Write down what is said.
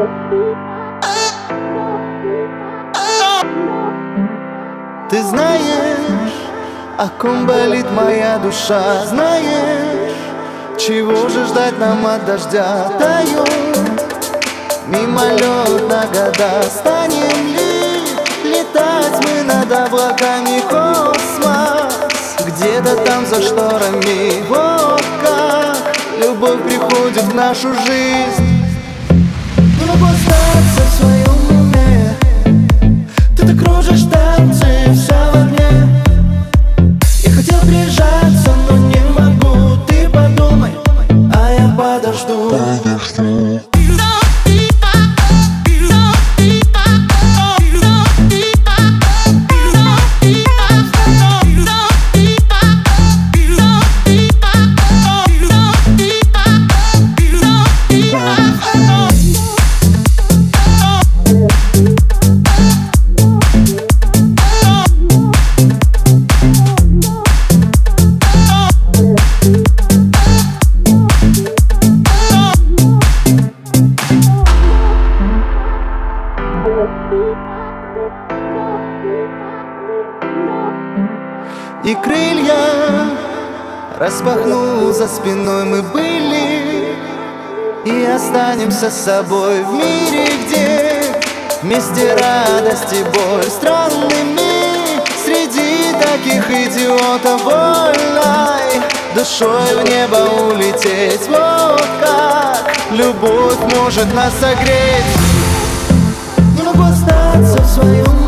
Ты знаешь, о ком болит моя душа? Знаешь, чего же ждать нам от дождя? Тает мимолет на года. Станем ли летать мы над облаками? Космос где-то там за шторами. Вот как любовь приходит в нашу жизнь. Не могу остаться в своем уме. Ты так кружишь танцы, вся в огне. Я хотел прижаться, но не могу. Ты подумай, а я подожду. И крылья распахнул за спиной. Мы были и останемся с собой в мире, где вместе радость и боль. Странными среди таких идиотов вольной душой в небо улететь. Вот как любовь может нас согреть. Не могу остаться в своем